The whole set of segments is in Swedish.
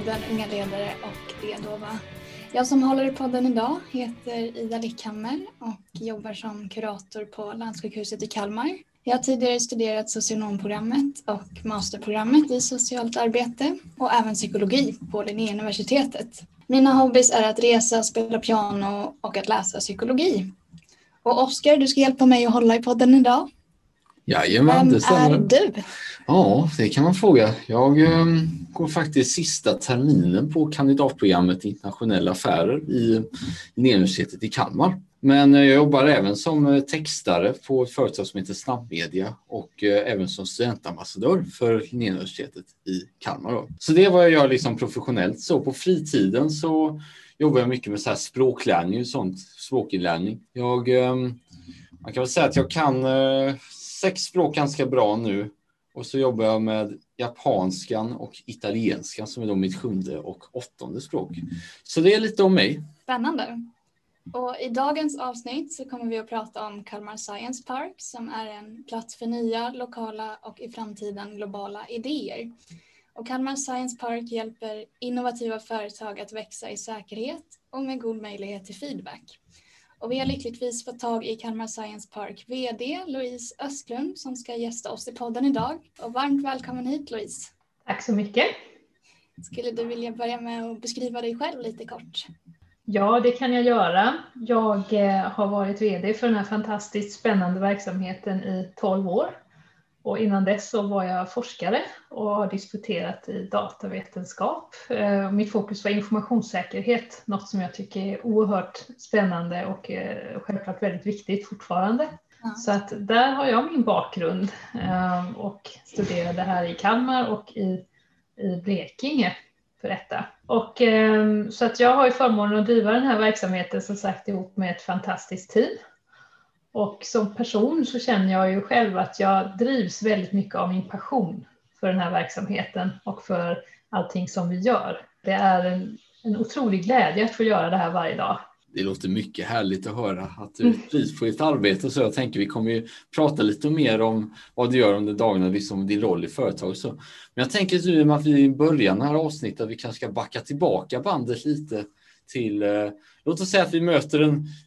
podden Unga ledare och Redova. Jag som håller i podden idag heter Ida Lickhammer och jobbar som kurator på Landssjukhuset i Kalmar. Jag har tidigare studerat socionomprogrammet och masterprogrammet i socialt arbete och även psykologi på Linnéuniversitetet. Mina hobbys är att resa, spela piano och att läsa psykologi. Och Oskar, du ska hjälpa mig att hålla i podden idag. Jajamän, det stämmer. Vem är du? Ja, det kan man fråga. Jag går faktiskt sista terminen på kandidatprogrammet i internationella affärer i Linnéuniversitetet i Kalmar. Men jag jobbar även som textare på ett företag som heter Snabbmedia och även som studentambassadör för Linnéuniversitetet i Kalmar. Då. Så det är vad jag gör liksom professionellt. Så på fritiden så jobbar jag mycket med så här språklärning och sånt, språkinlärning. Man kan väl säga att jag kan 6 språk ganska bra nu. Och så jobbar jag med japanskan och italienskan som är då mitt 7:e och 8:e språk. Så det är lite om mig. Spännande. Och i dagens avsnitt så kommer vi att prata om Kalmar Science Park som är en plats för nya, lokala och i framtiden globala idéer. Och Kalmar Science Park hjälper innovativa företag att växa i säkerhet och med god möjlighet till feedback. Och vi har lyckligtvis fått tag i Kalmar Science Park VD Louise Östlund som ska gästa oss i podden idag. Och varmt välkommen hit Louise. Tack så mycket. Skulle du vilja börja med att beskriva dig själv lite kort? Ja, det kan jag göra. Jag har varit VD för den här fantastiskt spännande verksamheten i 12 år. Och innan dess så var jag forskare och har disputerat i datavetenskap. Mitt fokus var informationssäkerhet, något som jag tycker är oerhört spännande och självklart väldigt viktigt fortfarande. Ja. Så att där har jag min bakgrund och studerade här i Kalmar och i Blekinge för detta. Och så att jag har ju förmånen att driva den här verksamheten som sagt ihop med ett fantastiskt team. Och som person så känner jag ju själv att jag drivs väldigt mycket av min passion för den här verksamheten och för allting som vi gör. Det är en otrolig glädje att få göra det här varje dag. Det låter mycket härligt att höra att du trivs på ditt arbete. Så jag tänker vi kommer ju prata lite mer om vad du gör under dagarna, liksom din roll i företag. Så. Men jag tänker nu att vi i början här avsnittet att vi kanske ska backa tillbaka bandet lite till, låt oss säga att vi möter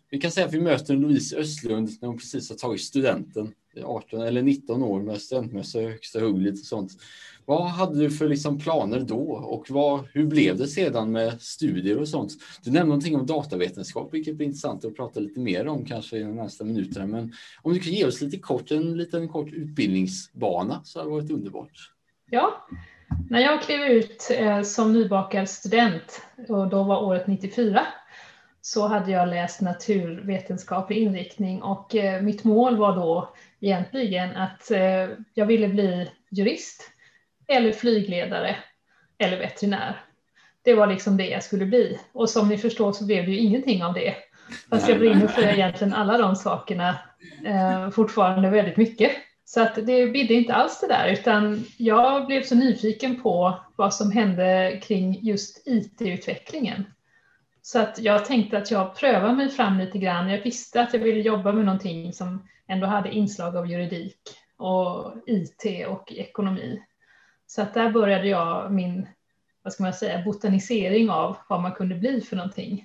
en Louise Östlund när hon precis har tagit studenten, 18 eller 19 år med studentmössa, högsta hugg och sånt. Vad hade du för liksom planer då och hur blev det sedan med studier och sånt? Du nämnde någonting om datavetenskap, vilket blir intressant att prata lite mer om kanske i de nästa minuterna. Men om du kan ge oss en liten kort utbildningsbana så hade det varit underbart. Ja, när jag klev ut som nybakad student och då var året 94 så hade jag läst naturvetenskaplig inriktning och mitt mål var då egentligen att jag ville bli jurist eller flygledare eller veterinär. Det var liksom det jag skulle bli. Och som ni förstår så blev det ju ingenting av det. Fast jag brinner för egentligen alla de sakerna fortfarande väldigt mycket. Så att det bidde inte alls det där utan jag blev så nyfiken på vad som hände kring just IT-utvecklingen. Så att jag tänkte att jag prövar mig fram lite grann. Jag visste att jag ville jobba med någonting som ändå hade inslag av juridik och IT och ekonomi. Så att där började jag min, botanisering av vad man kunde bli för någonting.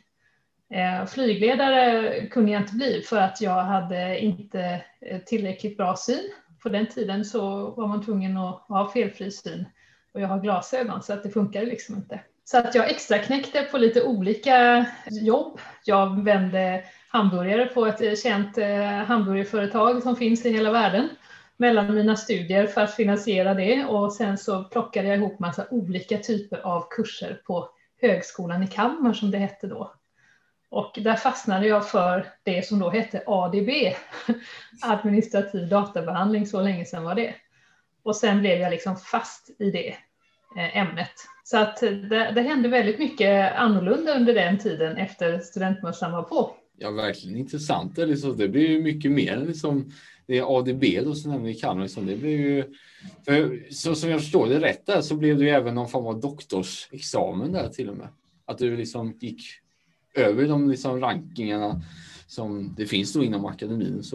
Flygledare kunde jag inte bli för att jag hade inte tillräckligt bra syn. På den tiden så var man tvungen att ha felfri syn och jag har glasögon så att det funkar liksom inte. Så att jag extra knäckte på lite olika jobb. Jag vände hamburgare på ett känt hamburgerföretag som finns i hela världen mellan mina studier för att finansiera det. Och sen så plockade jag ihop massa olika typer av kurser på högskolan i Kalmar som det hette då. Och där fastnade jag för det som då hette ADB, administrativ databehandling, så länge sedan var det. Och sen blev jag liksom fast i det ämnet. Så att det hände väldigt mycket annorlunda under den tiden efter studentmössan var på. Ja, verkligen intressant. Det blir ju mycket mer liksom, det är ADB då som nämner i Kalmar. Liksom, det blir ju, så som jag förstår det rätt där så blev det ju även någon form av doktorsexamen där till och med. Att du liksom gick över de liksom rankingarna som det finns då inom akademin. Så.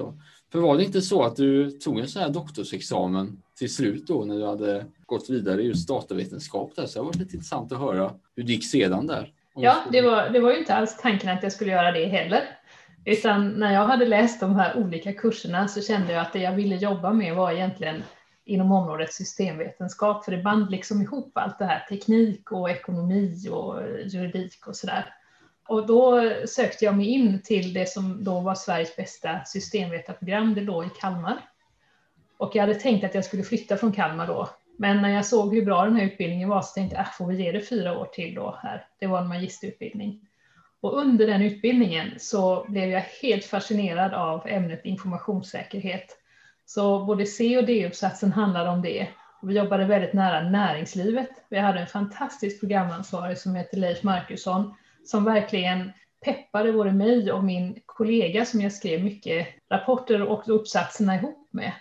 För var det inte så att du tog en sån här doktorsexamen till slut då när du hade gått vidare i just datavetenskap där? Så det har varit lite intressant att höra hur det gick sedan där. Ja, det var ju inte alls tanken att jag skulle göra det heller. Utan när jag hade läst de här olika kurserna så kände jag att det jag ville jobba med var egentligen inom området systemvetenskap. För det band liksom ihop allt det här, teknik och ekonomi och juridik och sådär. Och då sökte jag mig in till det som då var Sveriges bästa systemvetarprogram, det låg i Kalmar. Och jag hade tänkt att jag skulle flytta från Kalmar då. Men när jag såg hur bra den här utbildningen var så tänkte jag, får vi ge det 4 år till då här. Det var en magisterutbildning. Och under den utbildningen så blev jag helt fascinerad av ämnet informationssäkerhet. Så både C- och D-uppsatsen handlade om det. Och vi jobbade väldigt nära näringslivet. Vi hade en fantastisk programansvarig som heter Leif Markusson som verkligen peppade både mig och min kollega som jag skrev mycket rapporter och uppsatserna ihop med.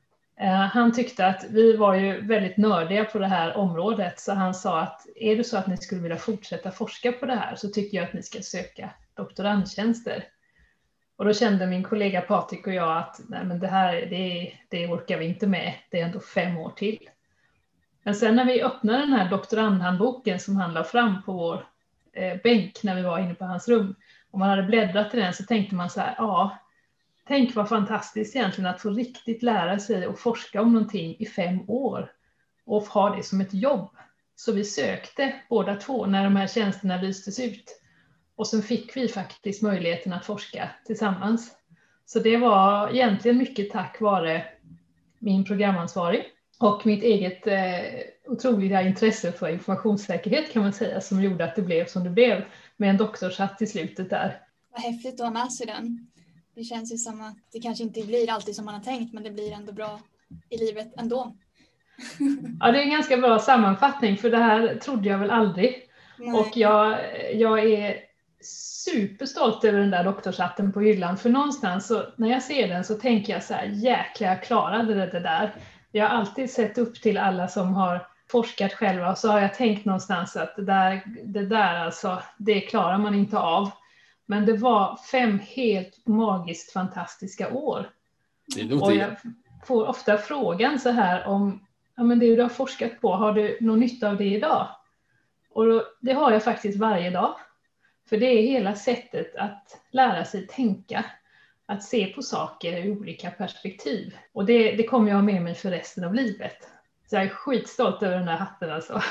Han tyckte att vi var ju väldigt nördiga på det här området, så han sa att är det så att ni skulle vilja fortsätta forska på det här så tycker jag att ni ska söka doktorandtjänster. Och då kände min kollega Patrik och jag att nej, men det orkar vi inte med, det är ändå 5 år till. Men sen när vi öppnade den här doktorandhandboken som han la fram på vår bänk när vi var inne på hans rum, och man hade bläddrat i den så tänkte man så här, ja, tänk vad fantastiskt egentligen att få riktigt lära sig och forska om någonting i 5 år och ha det som ett jobb. Så vi sökte båda två när de här tjänsterna lystes ut. Och sen fick vi faktiskt möjligheten att forska tillsammans. Så det var egentligen mycket tack vare min programansvarig och mitt eget otroliga intresse för informationssäkerhet kan man säga, som gjorde att det blev som det blev med en doktorshatt i slutet där. Vad häftigt att ha med sig den. Det känns ju som att det kanske inte blir alltid som man har tänkt, men det blir ändå bra i livet ändå. Ja, det är en ganska bra sammanfattning, för det här trodde jag väl aldrig. Nej. Och jag är superstolt över den där doktorshatten på hyllan, för någonstans så, när jag ser den så tänker jag så här, jäklar jag klarade det där. Jag har alltid sett upp till alla som har forskat själva, och så har jag tänkt någonstans att det där alltså, det klarar man inte av. Men det var 5 helt magiskt fantastiska år. Och jag får ofta frågan så här om ja, men det du har forskat på, har du någon nytta av det idag? Och det har jag faktiskt varje dag. För det är hela sättet att lära sig tänka, att se på saker i olika perspektiv. Och det kommer jag ha med mig för resten av livet. Så jag är skitstolt över den här hatten alltså.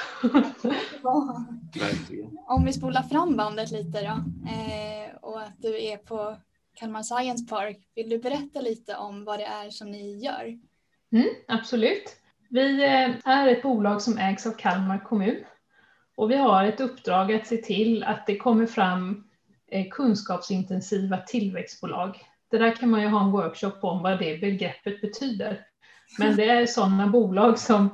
Ja. Om vi spolar fram bandet lite då. Och att du är på Kalmar Science Park. Vill du berätta lite om vad det är som ni gör? Absolut. Vi är ett bolag som ägs av Kalmar kommun. Och vi har ett uppdrag att se till att det kommer fram kunskapsintensiva tillväxtbolag. Det där kan man ju ha en workshop om vad det begreppet betyder. Men det är sådana bolag som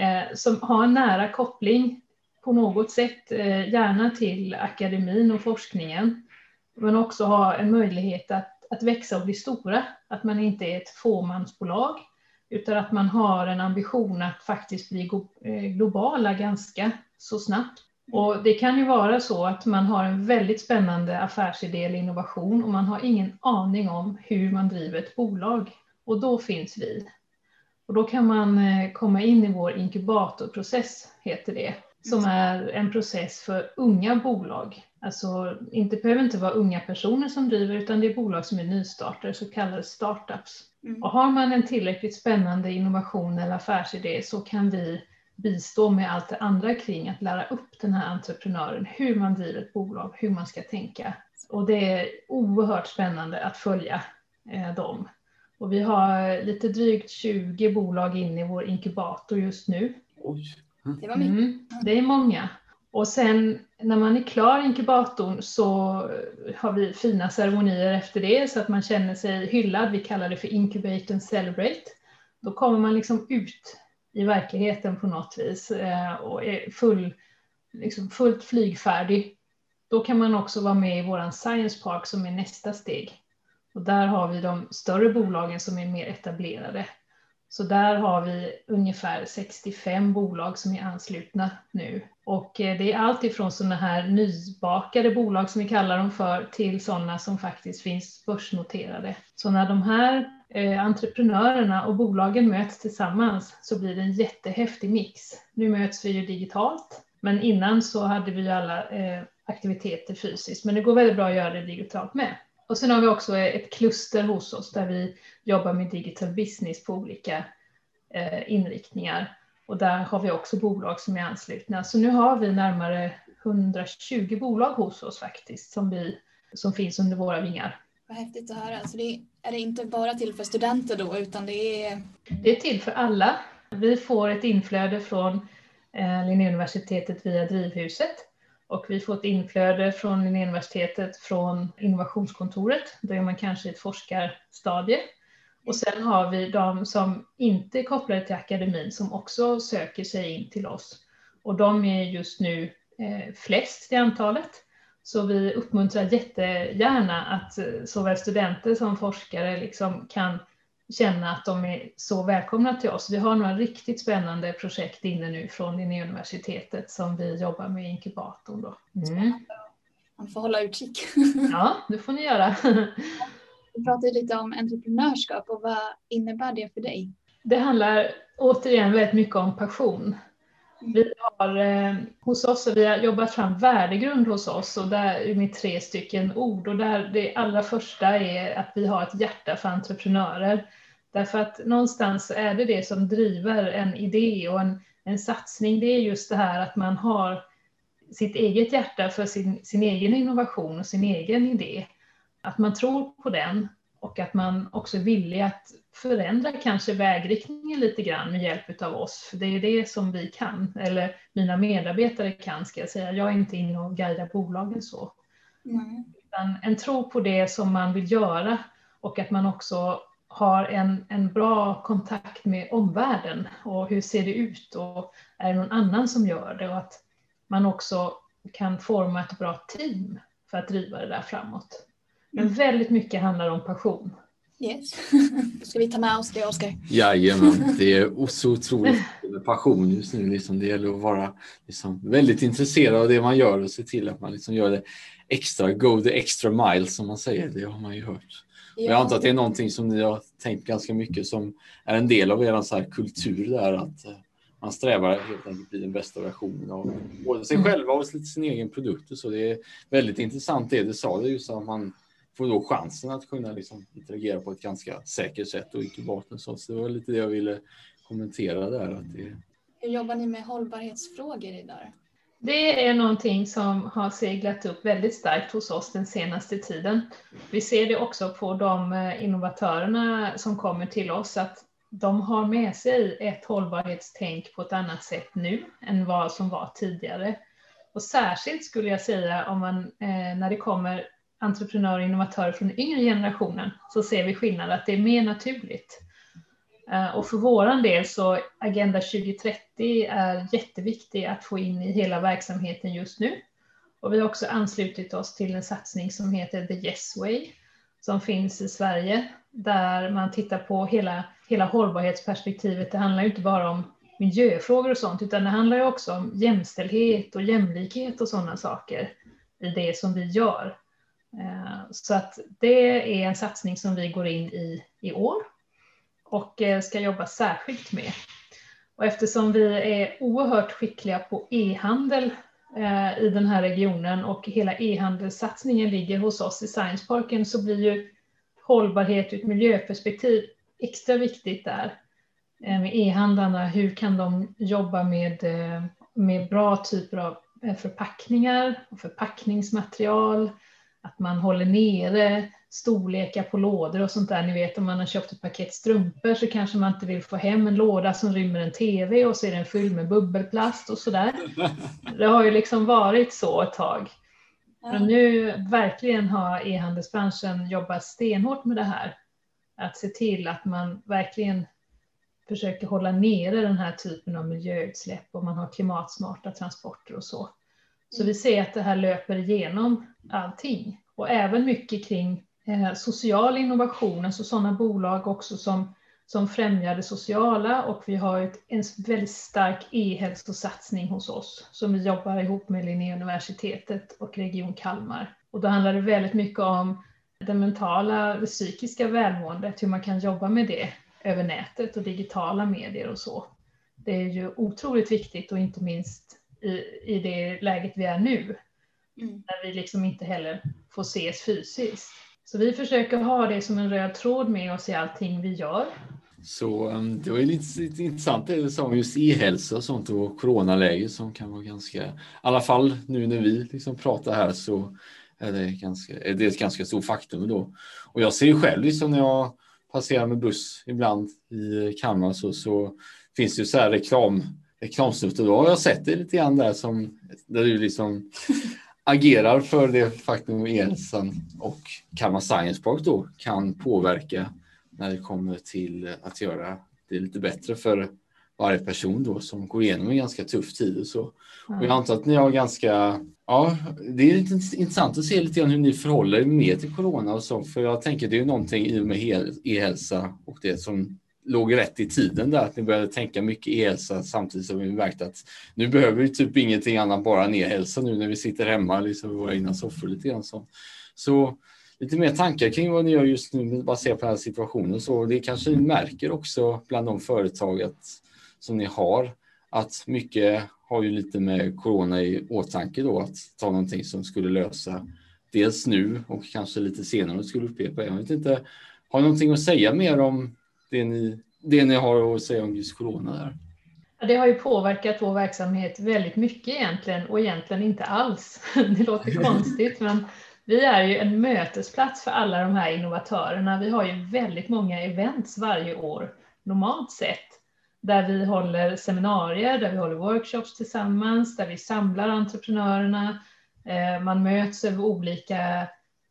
har en nära koppling på något sätt, gärna till akademin och forskningen. Men också ha en möjlighet att växa och bli stora. Att man inte är ett fåmansbolag, utan att man har en ambition att faktiskt bli globala ganska så snabbt. Och det kan ju vara så att man har en väldigt spännande affärsidé eller innovation och man har ingen aning om hur man driver ett bolag. Och då finns vi. Och då kan man komma in i vår inkubatorprocess, heter det, som är en process för unga bolag. Alltså behöver inte vara unga personer som driver, utan det är bolag som är nystartare, så kallade startups. Och har man en tillräckligt spännande innovation eller affärsidé så kan vi bistå med allt det andra kring att lära upp den här entreprenören hur man driver ett bolag, hur man ska tänka. Och det är oerhört spännande att följa dem. Och vi har lite drygt 20 bolag inne i vår inkubator just nu. Det var mycket. Det är många. Och sen när man är klar i inkubatorn så har vi fina ceremonier efter det så att man känner sig hyllad. Vi kallar det för Incubate and Celebrate. Då kommer man liksom ut i verkligheten på något vis och är fullt flygfärdig. Då kan man också vara med i våran Science Park som är nästa steg. Och där har vi de större bolagen som är mer etablerade. Så där har vi ungefär 65 bolag som är anslutna nu. Och det är allt ifrån sådana här nybakade bolag som vi kallar dem för till sådana som faktiskt finns börsnoterade. Så när de här entreprenörerna och bolagen möts tillsammans så blir det en jättehäftig mix. Nu möts vi ju digitalt, men innan så hade vi ju alla aktiviteter fysiskt, men det går väldigt bra att göra det digitalt med. Och sen har vi också ett kluster hos oss där vi jobbar med digital business på olika inriktningar. Och där har vi också bolag som är anslutna. Så nu har vi närmare 120 bolag hos oss faktiskt som finns under våra vingar. Vad häftigt att höra. Så är det inte bara till för studenter då, utan det är... Det är till för alla. Vi får ett inflöde från Linnéuniversitetet via Drivhuset. Och vi får ett inflöde från Linnéuniversitetet från innovationskontoret. Då är man kanske i ett forskarstadie. Och sen har vi de som inte är kopplade till akademin som också söker sig in till oss. Och de är just nu flest i antalet. Så vi uppmuntrar jättegärna att såväl studenter som forskare liksom kan känna att de är så välkomna till oss. Vi har några riktigt spännande projekt inne nu från Linnéuniversitetet som vi jobbar med i inkubatorn då. Man får hålla utkik. Ja, det får ni göra. Vi pratade lite om entreprenörskap och vad innebär det för dig? Det handlar återigen väldigt mycket om passion. Vi har hos oss, vi har jobbat fram värdegrund hos oss och där är med 3 stycken ord. Och där det allra första är att vi har ett hjärta för entreprenörer. Därför att någonstans är det som driver en idé och en satsning. Det är just det här att man har sitt eget hjärta för sin egen innovation och sin egen idé. Att man tror på den och att man också är villig att förändra kanske vägriktningen lite grann med hjälp av oss. För det är det som vi kan, eller mina medarbetare kan ska jag säga. Jag är inte inne och guidar bolagen så. Utan en tro på det som man vill göra och att man också har en bra kontakt med omvärlden och hur ser det ut och är det någon annan som gör det och att man också kan forma ett bra team för att driva det där framåt. Men väldigt mycket handlar om passion. Yes. Ska vi ta med oss det, Oskar? Jajamän, det är så otroligt passion just nu. Liksom. Det gäller att vara liksom väldigt intresserad av det man gör och se till att man liksom gör det extra, go the extra mile som man säger. Det har man ju hört. Ja. Jag antar att det är någonting som ni har tänkt ganska mycket som är en del av er så här kultur där att man strävar helt enkelt bli den bästa versionen av både sig själva och sin egen produkt. Så det är väldigt intressant det du sa, det är ju så att man får då chansen att kunna liksom interagera på ett ganska säkert sätt och inkubatorn. Så det var lite det jag ville kommentera där. Att det... Hur jobbar ni med hållbarhetsfrågor idag? Det är någonting som har seglat upp väldigt starkt hos oss den senaste tiden. Vi ser det också på de innovatörerna som kommer till oss att de har med sig ett hållbarhetstänk på ett annat sätt nu än vad som var tidigare. Och särskilt skulle jag säga om man, när det kommer entreprenörer och innovatörer från den yngre generationen så ser vi skillnad att det är mer naturligt. Och för våran del så Agenda 2030 är jätteviktig att få in i hela verksamheten just nu. Och vi har också anslutit oss till en satsning som heter The Yes Way som finns i Sverige där man tittar på hela hållbarhetsperspektivet. Det handlar ju inte bara om miljöfrågor och sånt utan det handlar ju också om jämställdhet och jämlikhet och sådana saker i det som vi gör. Så att det är en satsning som vi går in i år och ska jobba särskilt med. Och eftersom vi är oerhört skickliga på e-handel i den här regionen och hela e-handelssatsningen ligger hos oss i Science Parken så blir ju hållbarhet ur ett miljöperspektiv extra viktigt där. Med e-handlarna, hur kan de jobba med bra typer av förpackningar och förpackningsmaterial, att man håller nere storlekar på lådor och sånt där. Ni vet om man har köpt ett paket strumpor så kanske man inte vill få hem en låda som rymmer en tv och så är den fylld med bubbelplast och sådär. Det har ju liksom varit så ett tag. Men nu verkligen har e-handelsbranschen jobbat stenhårt med det här. Att se till att man verkligen försöker hålla nere den här typen av miljöutsläpp och man har klimatsmarta transporter och så. Så vi ser att det här löper igenom allting. Och även mycket kring social innovation, alltså sådana bolag också som främjar det sociala. Och vi har en väldigt stark e-hälsosatsning hos oss som vi jobbar ihop med Linnéuniversitetet och Region Kalmar. Och då handlar det väldigt mycket om det mentala, det psykiska välmåendet, hur man kan jobba med det över nätet och digitala medier och så. Det är ju otroligt viktigt, och inte minst i det läget vi är nu. När vi liksom inte heller får ses fysiskt. Så vi försöker ha det som en röd tråd med oss i allting vi gör. Så det var ju lite intressant det som just e-hälsa och sånt och coronaläge som kan vara ganska, i alla fall nu när vi liksom pratar här så är det ett ganska stort faktum då. Och jag ser ju själv liksom när jag passerar med buss ibland i Kalmar så finns det ju så här reklamsnutter. Då har jag sett det lite grann där du liksom agerar för det faktum att e-hälsan och Kalmar Science Park då kan påverka när det kommer till att göra det lite bättre för varje person då som går igenom en ganska tuff tid och så. Och jag antar att ni har det är lite intressant att se lite grann hur ni förhåller er med till corona och så, för jag tänker det är ju någonting i och med e-hälsa och det som låg rätt i tiden där, att ni började tänka mycket e-hälsa samtidigt som vi märkte att nu behöver vi typ ingenting annat bara än e-hälsa nu när vi sitter hemma liksom i våra egna soffor lite grann så lite mer tankar kring vad ni gör just nu baserat på den här situationen. Så det kanske ni märker också bland de företag som ni har, att mycket har ju lite med corona i åtanke då, att ta någonting som skulle lösa dels nu och kanske lite senare och skulle upprepa. Jag vet inte, har ni någonting att säga mer om det ni har att säga om just corona där? Det har ju påverkat vår verksamhet väldigt mycket egentligen, och egentligen inte alls. Det låter konstigt, men vi är ju en mötesplats för alla de här innovatörerna. Vi har ju väldigt många events varje år, normalt sett, där vi håller seminarier, där vi håller workshops tillsammans, där vi samlar entreprenörerna. Man möts över olika,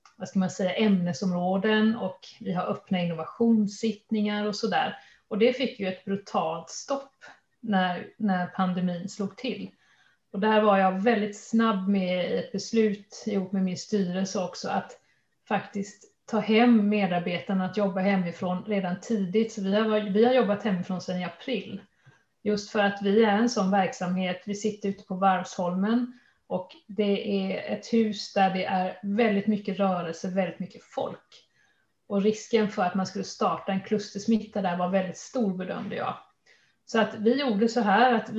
ämnesområden, och vi har öppna innovationssittningar och sådär. Och det fick ju ett brutalt stopp när pandemin slog till. Och där var jag väldigt snabb med ett beslut ihop med min styrelse också, att faktiskt ta hem medarbetarna att jobba hemifrån redan tidigt. Så vi har jobbat hemifrån sedan i april. Just för att vi är en sån verksamhet, vi sitter ute på Varvsholmen, och det är ett hus där det är väldigt mycket rörelse, väldigt mycket folk. Och risken för att man skulle starta en klustersmitta där var väldigt stor, bedömde jag. Så att vi gjorde så här att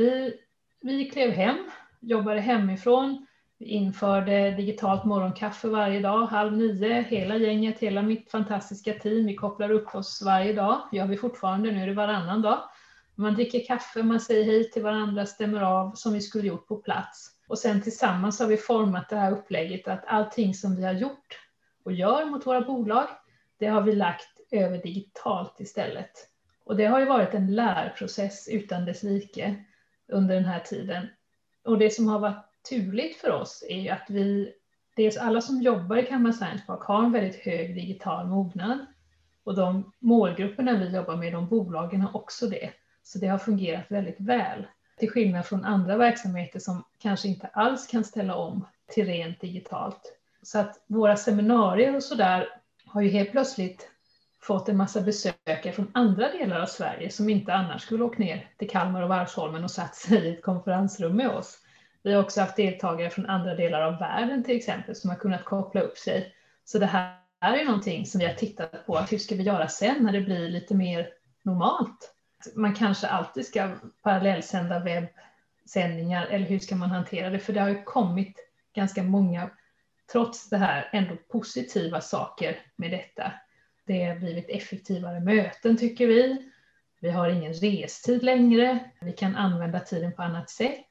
vi klev hem, jobbade hemifrån. Vi införde digitalt morgonkaffe varje dag, 8:30, hela gänget, hela mitt fantastiska team. Vi kopplar upp oss varje dag, gör vi fortfarande, nu är det varannan dag. Man dricker kaffe, man säger hej till varandra, stämmer av som vi skulle gjort på plats. Och sen tillsammans har vi format det här upplägget att allting som vi har gjort och gör mot våra bolag, det har vi lagt över digitalt istället. Och det har ju varit en lärprocess utan dess like under den här tiden. Och det som har varit turligt för oss är ju att dels alla som jobbar i Kalmar Science Park har en väldigt hög digital mognad. Och de målgrupperna vi jobbar med, de bolagen har också det. Så det har fungerat väldigt väl. Till skillnad från andra verksamheter som kanske inte alls kan ställa om till rent digitalt. Så att våra seminarier och sådär har ju helt plötsligt fått en massa besökare från andra delar av Sverige som inte annars skulle åka ner till Kalmar och Varvsholmen och satt sig i ett konferensrum med oss. Vi har också haft deltagare från andra delar av världen till exempel som har kunnat koppla upp sig. Så det här är någonting som vi har tittat på. Hur ska vi göra sen när det blir lite mer normalt? Man kanske alltid ska parallellsända webbsändningar, eller hur ska man hantera det? För det har ju kommit ganska många, trots det här, ändå positiva saker med detta. Det har blivit effektivare möten tycker vi. Vi har ingen restid längre. Vi kan använda tiden på annat sätt.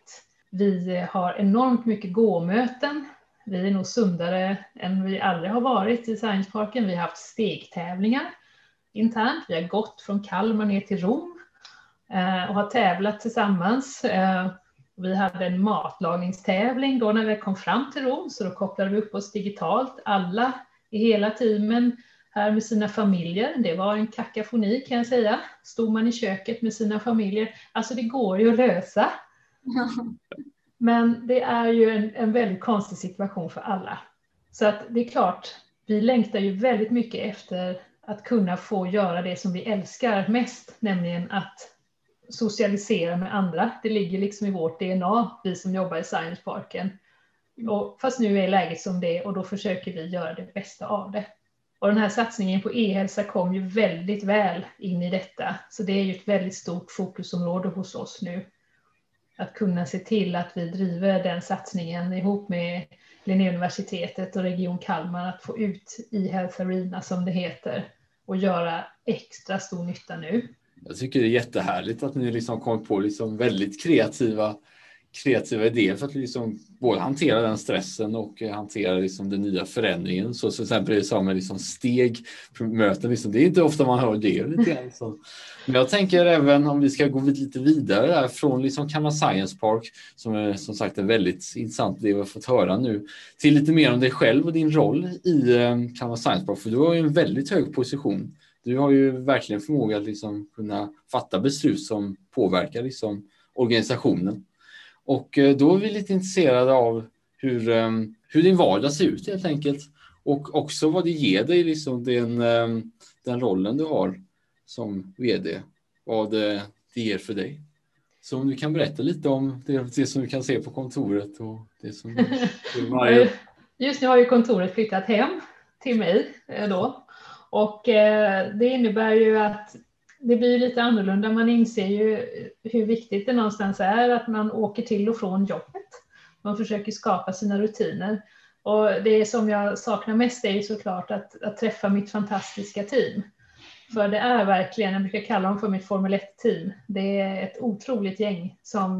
Vi har enormt mycket gåmöten. Vi är nog sundare än vi aldrig har varit i Science Parken. Vi har haft stegtävlingar internt. Vi har gått från Kalmar ner till Rom och har tävlat tillsammans. Vi hade en matlagningstävling då när vi kom fram till Rom, så då kopplade vi upp oss digitalt. Alla i hela teamen här med sina familjer. Det var en kakafoni kan jag säga. Stod man i köket med sina familjer. Alltså det går ju att lösa. Men det är ju en väldigt konstig situation för alla. Så att det är klart, vi längtar ju väldigt mycket efter att kunna få göra det som vi älskar mest. Nämligen att socialisera med andra. Det ligger liksom i vårt DNA, vi som jobbar i Science Parken. Fast nu är läget som det är och då försöker vi göra det bästa av det. Och den här satsningen på e-hälsa kom ju väldigt väl in i detta. Så det är ju ett väldigt stort fokusområde hos oss nu. Att kunna se till att vi driver den satsningen ihop med Linnéuniversitetet och Region Kalmar att få ut e-Health Arena som det heter och göra extra stor nytta nu. Jag tycker det är jättehärligt att ni liksom kommer på liksom väldigt kreativa idéer för att liksom både hantera den stressen och hantera liksom den nya förändringen. Så till exempel det som med liksom stegmöten, liksom, det är inte ofta man hör det. Lite grann, så. Men jag tänker även om vi ska gå lite vidare där från liksom Kalmar Science Park, som är som sagt en väldigt intressant det vi har fått höra nu, till lite mer om dig själv och din roll i Kalmar Science Park, för du har ju en väldigt hög position. Du har ju verkligen förmåga att liksom kunna fatta beslut som påverkar liksom organisationen. Och då är vi lite intresserade av hur din vardag ser ut helt enkelt. Och också vad det ger dig, liksom den rollen du har som vd. Vad det ger för dig. Så om du kan berätta lite om det som du kan se på kontoret. Och det som Just nu har ju kontoret flyttat hem till mig då. Och det innebär ju att det blir lite annorlunda. Man inser ju hur viktigt det någonstans är att man åker till och från jobbet. Man försöker skapa sina rutiner. Och det som jag saknar mest är ju såklart att träffa mitt fantastiska team. För det är verkligen, jag brukar kalla dem för mitt Formel 1-team. Det är ett otroligt gäng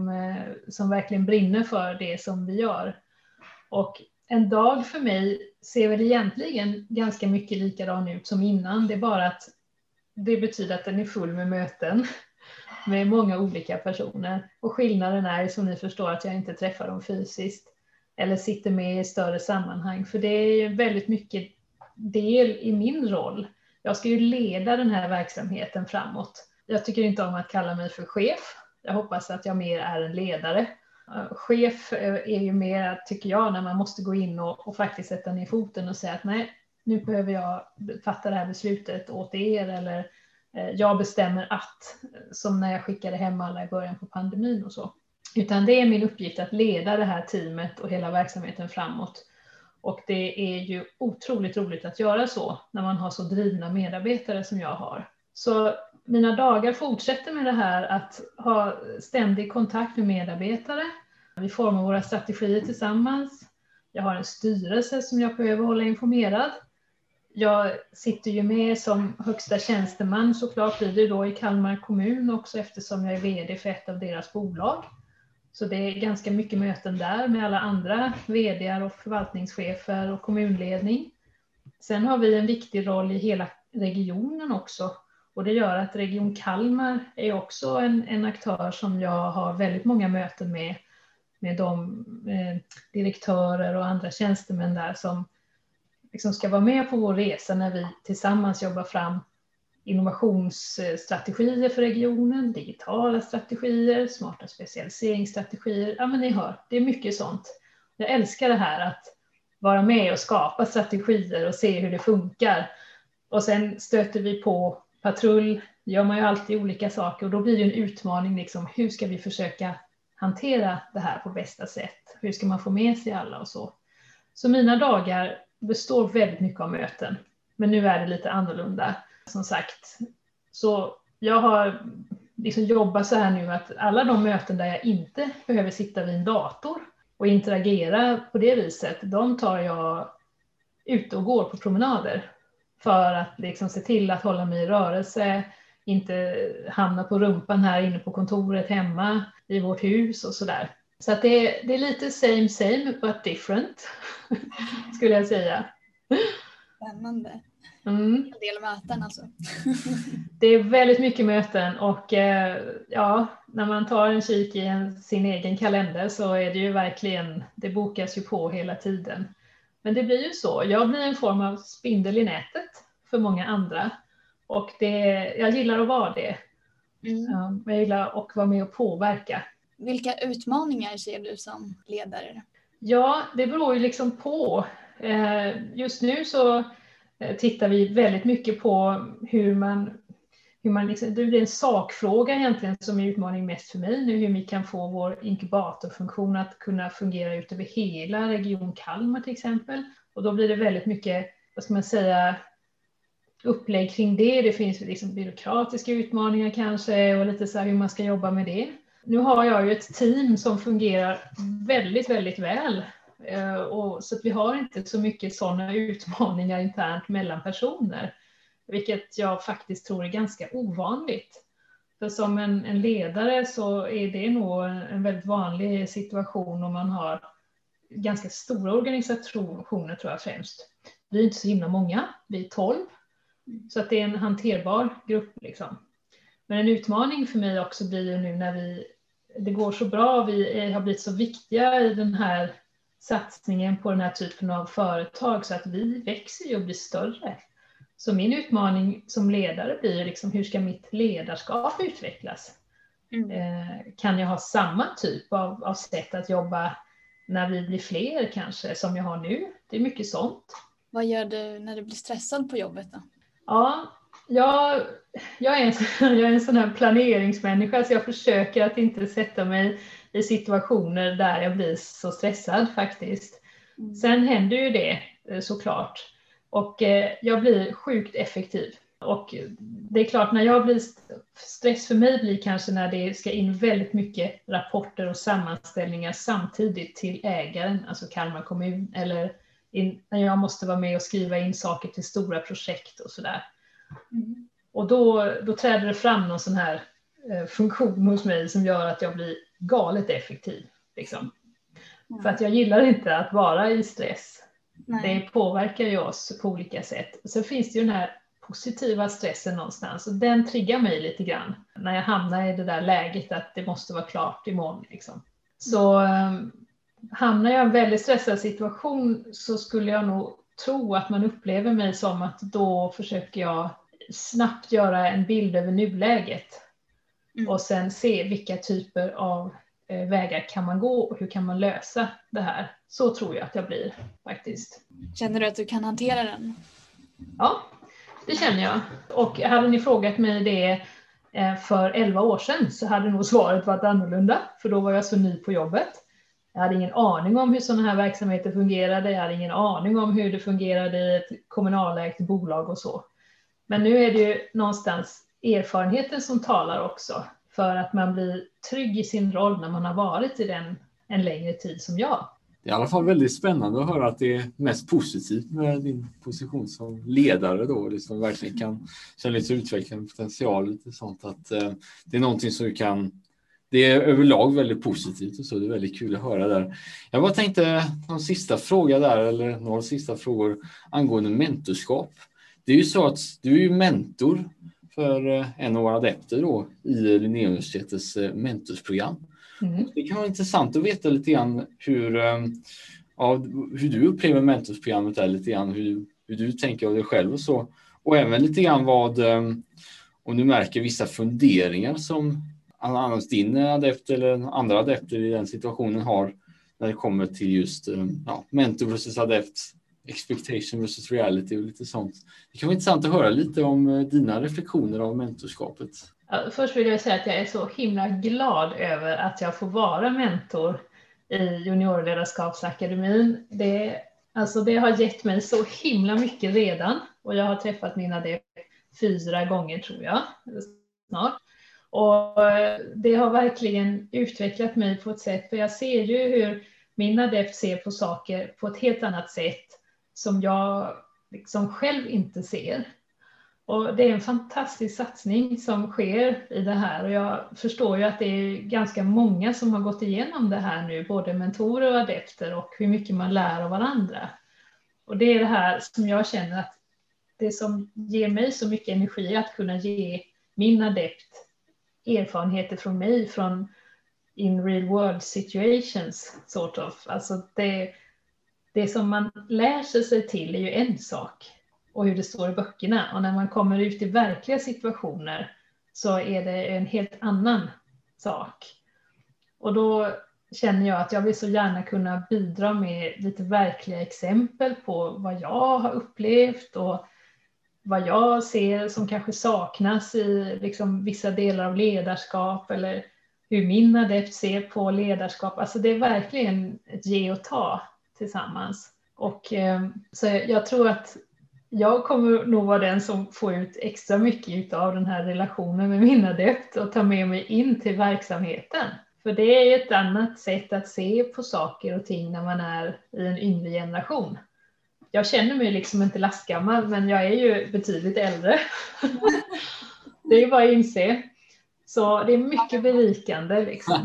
som verkligen brinner för det som vi gör. Och en dag för mig ser väl egentligen ganska mycket likadan ut som innan. Det är bara att det betyder att den är full med möten med många olika personer. Och skillnaden är, som ni förstår, att jag inte träffar dem fysiskt eller sitter med i större sammanhang. För det är väldigt mycket del i min roll. Jag ska ju leda den här verksamheten framåt. Jag tycker inte om att kalla mig för chef. Jag hoppas att jag mer är en ledare. Chef är ju mer, tycker jag, när man måste gå in och faktiskt sätta ner foten och säga att nej, nu behöver jag fatta det här beslutet åt er, eller jag bestämmer att, som när jag skickade hem alla i början på pandemin och så. Utan det är min uppgift att leda det här teamet och hela verksamheten framåt. Och det är ju otroligt roligt att göra så när man har så drivna medarbetare som jag har. Så mina dagar fortsätter med det här att ha ständig kontakt med medarbetare. Vi formar våra strategier tillsammans. Jag har en styrelse som jag behöver hålla informerad. Jag sitter ju med som högsta tjänsteman, såklart blir det då i Kalmar kommun också, eftersom jag är vd för ett av deras bolag. Så det är ganska mycket möten där med alla andra vd:ar och förvaltningschefer och kommunledning. Sen har vi en viktig roll i hela regionen också. Och det gör att Region Kalmar är också en aktör som jag har väldigt många möten med de direktörer och andra tjänstemän där som liksom ska vara med på vår resa när vi tillsammans jobbar fram innovationsstrategier för regionen, digitala strategier, smarta specialiseringsstrategier. Ja, men ni hör, det är mycket sånt. Jag älskar det här att vara med och skapa strategier och se hur det funkar. Och sen stöter vi på patrull, gör man ju alltid olika saker, och då blir det en utmaning liksom, hur ska vi försöka hantera det här på bästa sätt? Hur ska man få med sig alla och så? Så mina dagar består väldigt mycket av möten, men nu är det lite annorlunda som sagt. Så jag har liksom jobbat så här nu att alla de möten där jag inte behöver sitta vid en dator och interagera på det viset, de tar jag ut och går på promenader för att liksom se till att hålla mig i rörelse, inte hamna på rumpan här inne på kontoret hemma i vårt hus och sådär. Så att det är lite same but different skulle jag säga. Spännande. En del möten alltså. Det är väldigt mycket möten, och ja, när man tar en kik i sin egen kalender så är det ju verkligen, det bokas ju på hela tiden. Men det blir ju så, jag blir en form av spindel i nätet för många andra, och jag gillar att vara det. Jag gillar att vara med och påverka. Vilka utmaningar ser du som ledare? Ja, det beror ju liksom på. Just nu så tittar vi väldigt mycket på hur man liksom, det blir en sakfråga egentligen som är utmaning mest för mig nu, hur vi kan få vår inkubatorfunktion att kunna fungera ut över hela Region Kalmar till exempel. Och då blir det väldigt mycket, vad ska man säga, upplägg kring det. Det finns liksom byråkratiska utmaningar kanske och lite så här hur man ska jobba med det. Nu har jag ju ett team som fungerar väldigt, väldigt väl. Och så att vi har inte så mycket sådana utmaningar internt mellan personer. Vilket jag faktiskt tror är ganska ovanligt. För som en ledare så är det nog en väldigt vanlig situation om man har ganska stora organisationer tror jag främst. Vi är inte så himla många, vi är 12. Så att det är en hanterbar grupp liksom. Men en utmaning för mig också blir ju nu när det går så bra, vi har blivit så viktiga i den här satsningen på den här typen av företag så att vi växer ju och blir större. Så min utmaning som ledare blir liksom, hur ska mitt ledarskap utvecklas? Kan jag ha samma typ av sätt att jobba när vi blir fler kanske som jag har nu? Det är mycket sånt. Vad gör du när du blir stressad på jobbet då? Ja, jag är en sån här planeringsmänniska så jag försöker att inte sätta mig i situationer där jag blir så stressad faktiskt. Sen händer ju det såklart. Och jag blir sjukt effektiv. Och det är klart när jag blir stress för mig blir kanske när det ska in väldigt mycket rapporter och sammanställningar samtidigt till ägaren, alltså Kalmar kommun, eller när jag måste vara med och skriva in saker till stora projekt och sådär. Och då träder det fram någon sån här funktion hos mig som gör att jag blir galet effektiv. Liksom. För att jag gillar inte att vara i stress. Nej. Det påverkar ju oss på olika sätt. Sen finns det ju den här positiva stressen någonstans. Och den triggar mig lite grann. När jag hamnar i det där läget att det måste vara klart imorgon. Liksom. Så hamnar jag i en väldigt stressad situation så skulle jag nog tro att man upplever mig som att då försöker jag snabbt göra en bild över nuläget. Och sen se vilka typer av vägar kan man gå och hur kan man lösa det här. Så tror jag att jag blir faktiskt. Känner du att du kan hantera den? Ja, det känner jag. Och hade ni frågat mig det för 11 år sedan så hade nog svaret varit annorlunda. För då var jag så ny på jobbet. Jag hade ingen aning om hur sådana här verksamheter fungerade. Jag hade ingen aning om hur det fungerade i ett kommunalägt bolag och så. Men nu är det ju någonstans erfarenheten som talar också. För att man blir trygg i sin roll när man har varit i den en längre tid som jag. Det är i alla fall väldigt spännande att höra att det är mest positivt med din position som ledare då. Det som verkligen kan känna lite utveckla en potential, lite sånt. Att det är någonting som du kan... Det är överlag väldigt positivt och så. Det är väldigt kul att höra där. Jag bara tänkte någon sista fråga där, eller några sista frågor angående mentorskap. Det är ju så att du är ju mentor för en av våra adepter då i Linnéuniversitetets mentorsprogram. Det kan vara intressant att veta lite grann hur du upplever mentorsprogrammet där, lite grann hur du tänker av dig själv och så. Och även lite grann om du märker vissa funderingar som annars din adept eller andra adepter i den situationen har när det kommer till just mentor versus adept, expectation versus reality och lite sånt. Det kan vara intressant att höra lite om dina reflektioner av mentorskapet. Först vill jag säga att jag är så himla glad över att jag får vara mentor i Juniorledarskapsakademin. Det har gett mig så himla mycket redan och jag har träffat min adept 4 gånger tror jag, snart. Och det har verkligen utvecklat mig på ett sätt, för jag ser ju hur min adept ser på saker på ett helt annat sätt som jag liksom själv inte ser. Och det är en fantastisk satsning som sker i det här och jag förstår ju att det är ganska många som har gått igenom det här nu, både mentorer och adepter, och hur mycket man lär av varandra. Och det är det här som jag känner att det som ger mig så mycket energi att kunna ge min adept erfarenheter från mig från in real world situations sort of. Alltså det som man lär sig till är ju en sak och hur det står i böckerna, och när man kommer ut i verkliga situationer så är det en helt annan sak. Och då känner jag att jag vill så gärna kunna bidra med lite verkliga exempel på vad jag har upplevt och vad jag ser som kanske saknas i liksom vissa delar av ledarskap, eller hur min adept ser på ledarskap. Alltså det är verkligen ett ge och ta tillsammans. Och så jag tror att Jag kommer nog vara den som får ut extra mycket av den här relationen med min adept och ta med mig in till verksamheten. För det är ett annat sätt att se på saker och ting när man är i en yngre generation. Jag känner mig liksom inte lastgammal, men jag är ju betydligt äldre. Det är ju bara att inse. Så det är mycket berikande liksom.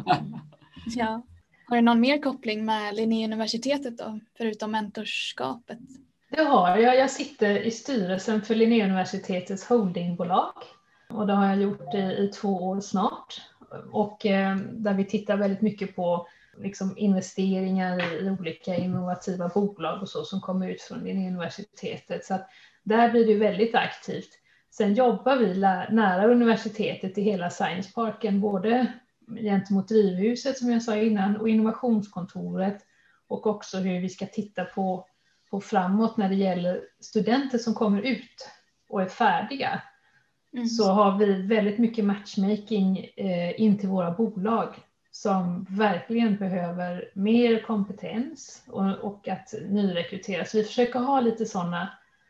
Ja. Har du någon mer koppling med Linnéuniversitetet då, förutom mentorskapet? Det har jag. Jag sitter i styrelsen för Linnéuniversitetets holdingbolag. Och det har jag gjort i 2 år snart. Och där vi tittar väldigt mycket på liksom investeringar i olika innovativa bolag och så som kommer ut från Linnéuniversitetet. Så att där blir det väldigt aktivt. Sen jobbar vi nära universitetet i hela Science Parken, både gentemot drivhuset som jag sa innan och innovationskontoret, och också hur vi ska titta på framåt när det gäller studenter som kommer ut och är färdiga. Så har vi väldigt mycket matchmaking in till våra bolag som verkligen behöver mer kompetens och att nyrekryteras. Vi försöker ha lite sådana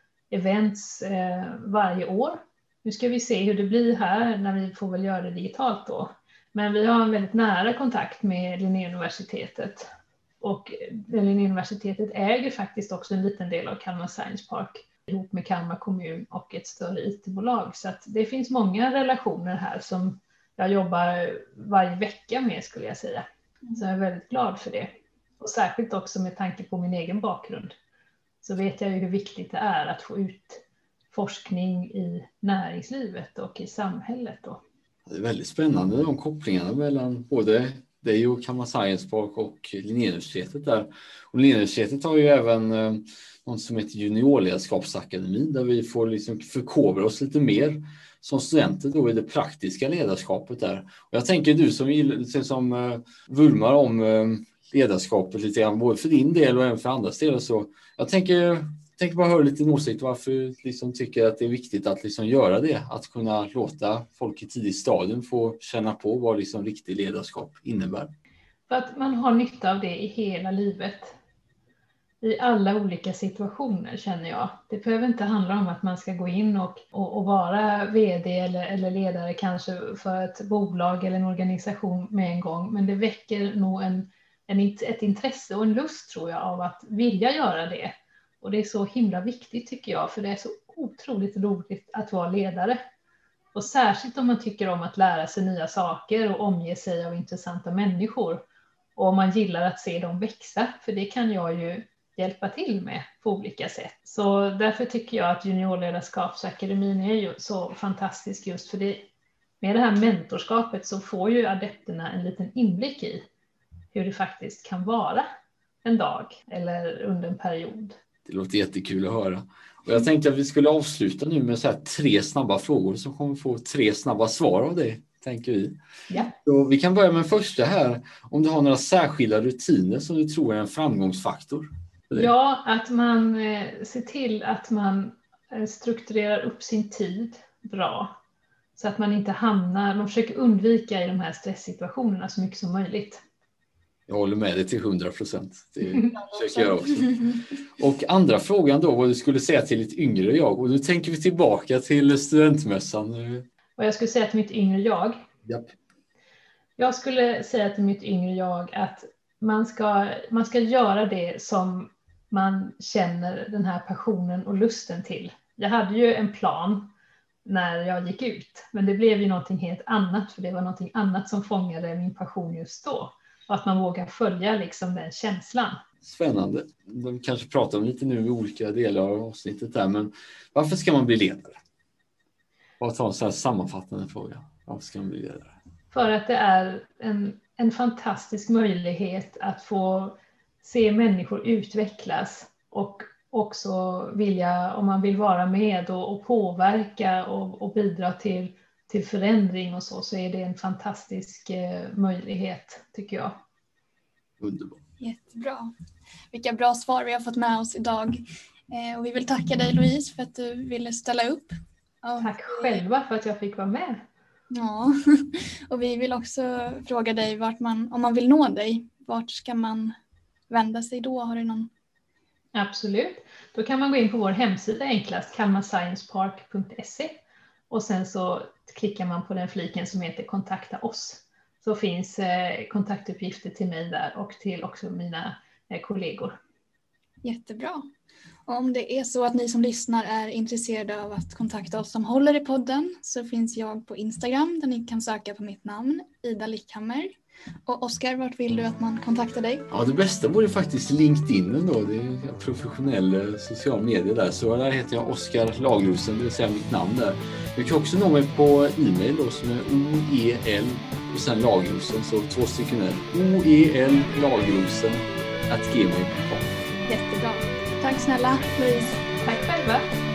events varje år. Nu ska vi se hur det blir här när vi får väl göra det digitalt då. Men vi har en väldigt nära kontakt med Linnéuniversitetet. Och Linnéuniversitetet äger faktiskt också en liten del av Kalmar Science Park ihop med Kalmar kommun och ett större IT-bolag. Så att det finns många relationer här som jag jobbar varje vecka med, skulle jag säga. Så jag är väldigt glad för det. Och särskilt också med tanke på min egen bakgrund. Så vet jag ju hur viktigt det är att få ut forskning i näringslivet och i samhället då. Det är väldigt spännande de kopplingarna mellan både dig och Kalmar Science Park och Linnéuniversitetet där. Och Linnéuniversitetet har ju även något som heter Juniorledarskapsakademin där vi får liksom förkovra oss lite mer som studenter då i det praktiska ledarskapet där. Och jag tänker du som vurmar om ledarskapet lite grann både för din del och även för andras del. Så jag tänker bara höra lite åsikt varför du liksom tycker att det är viktigt att liksom göra det. Att kunna låta folk i tidig stadium få känna på vad liksom riktig ledarskap innebär. För att man har nytta av det i hela livet. I alla olika situationer känner jag. Det behöver inte handla om att man ska gå in och vara vd eller ledare kanske för ett bolag eller en organisation med en gång. Men det väcker nog ett intresse och en lust tror jag av att vilja göra det. Och det är så himla viktigt tycker jag, för det är så otroligt roligt att vara ledare. Och särskilt om man tycker om att lära sig nya saker och omge sig av intressanta människor. Och om man gillar att se dem växa, för det kan jag ju hjälpa till med på olika sätt. Så därför tycker jag att Juniorledarskapsakademin är ju så fantastisk just för det. Med det här mentorskapet så får ju adepterna en liten inblick i hur det faktiskt kan vara en dag eller under en period. Det låter jättekul att höra. Och jag tänkte att vi skulle avsluta nu med så här 3 snabba frågor som kommer få 3 snabba svar av dig, tänker vi. Ja. Så vi kan börja med första här. Om du har några särskilda rutiner som du tror är en framgångsfaktor? Ja, att man ser till att man strukturerar upp sin tid bra. Så att man inte man försöker undvika i de här stresssituationerna så mycket som möjligt. Jag håller med dig till 100%. Det försöker jag också. Och andra frågan då, vad du skulle säga till ett yngre jag. Och nu tänker vi tillbaka till studentmässan. Vad jag skulle säga till mitt yngre jag? Japp. Jag skulle säga till mitt yngre jag att man ska göra det som man känner den här passionen och lusten till. Jag hade ju en plan när jag gick ut. Men det blev ju någonting helt annat. För det var någonting annat som fångade min passion just då. Och att man vågar följa liksom den känslan. Spännande. De kanske pratar om lite nu i olika delar av avsnittet där. Men varför ska man bli ledare? Bara ta en så här sammanfattande fråga. Varför ska man bli ledare? För att det är en fantastisk möjlighet att få se människor utvecklas. Och också vilja, om man vill vara med och påverka och bidra till förändring och så är det en fantastisk möjlighet tycker jag. Underbart. Jättebra. Vilka bra svar vi har fått med oss idag. Och vi vill tacka dig Louise för att du ville ställa upp. Tack själva för att jag fick vara med. Ja, och vi vill också fråga dig om man vill nå dig, vart ska man vända sig då? Har du någon? Absolut. Då kan man gå in på vår hemsida enklast, kalmarsciencepark.se, och sen så klickar man på den fliken som heter kontakta oss. Så finns kontaktuppgifter till mig där och till också mina kollegor. Jättebra. Och om det är så att ni som lyssnar är intresserade av att kontakta oss som håller i podden, så finns jag på Instagram där ni kan söka på mitt namn, Ida Lickhammer. Och Oskar, vart vill du att man kontaktar dig? Ja, det bästa vore faktiskt LinkedIn då. Det är professionell social media där. Så där heter jag Oskar Lagrosen, det vill säga mitt namn där. Du kan också nå mig på e-mail då, som är oel och sen Lagrosen, så 2 stycken där. oellagrosen@gmail.com. Jättebra. Tack snälla, Louise. Tack själva.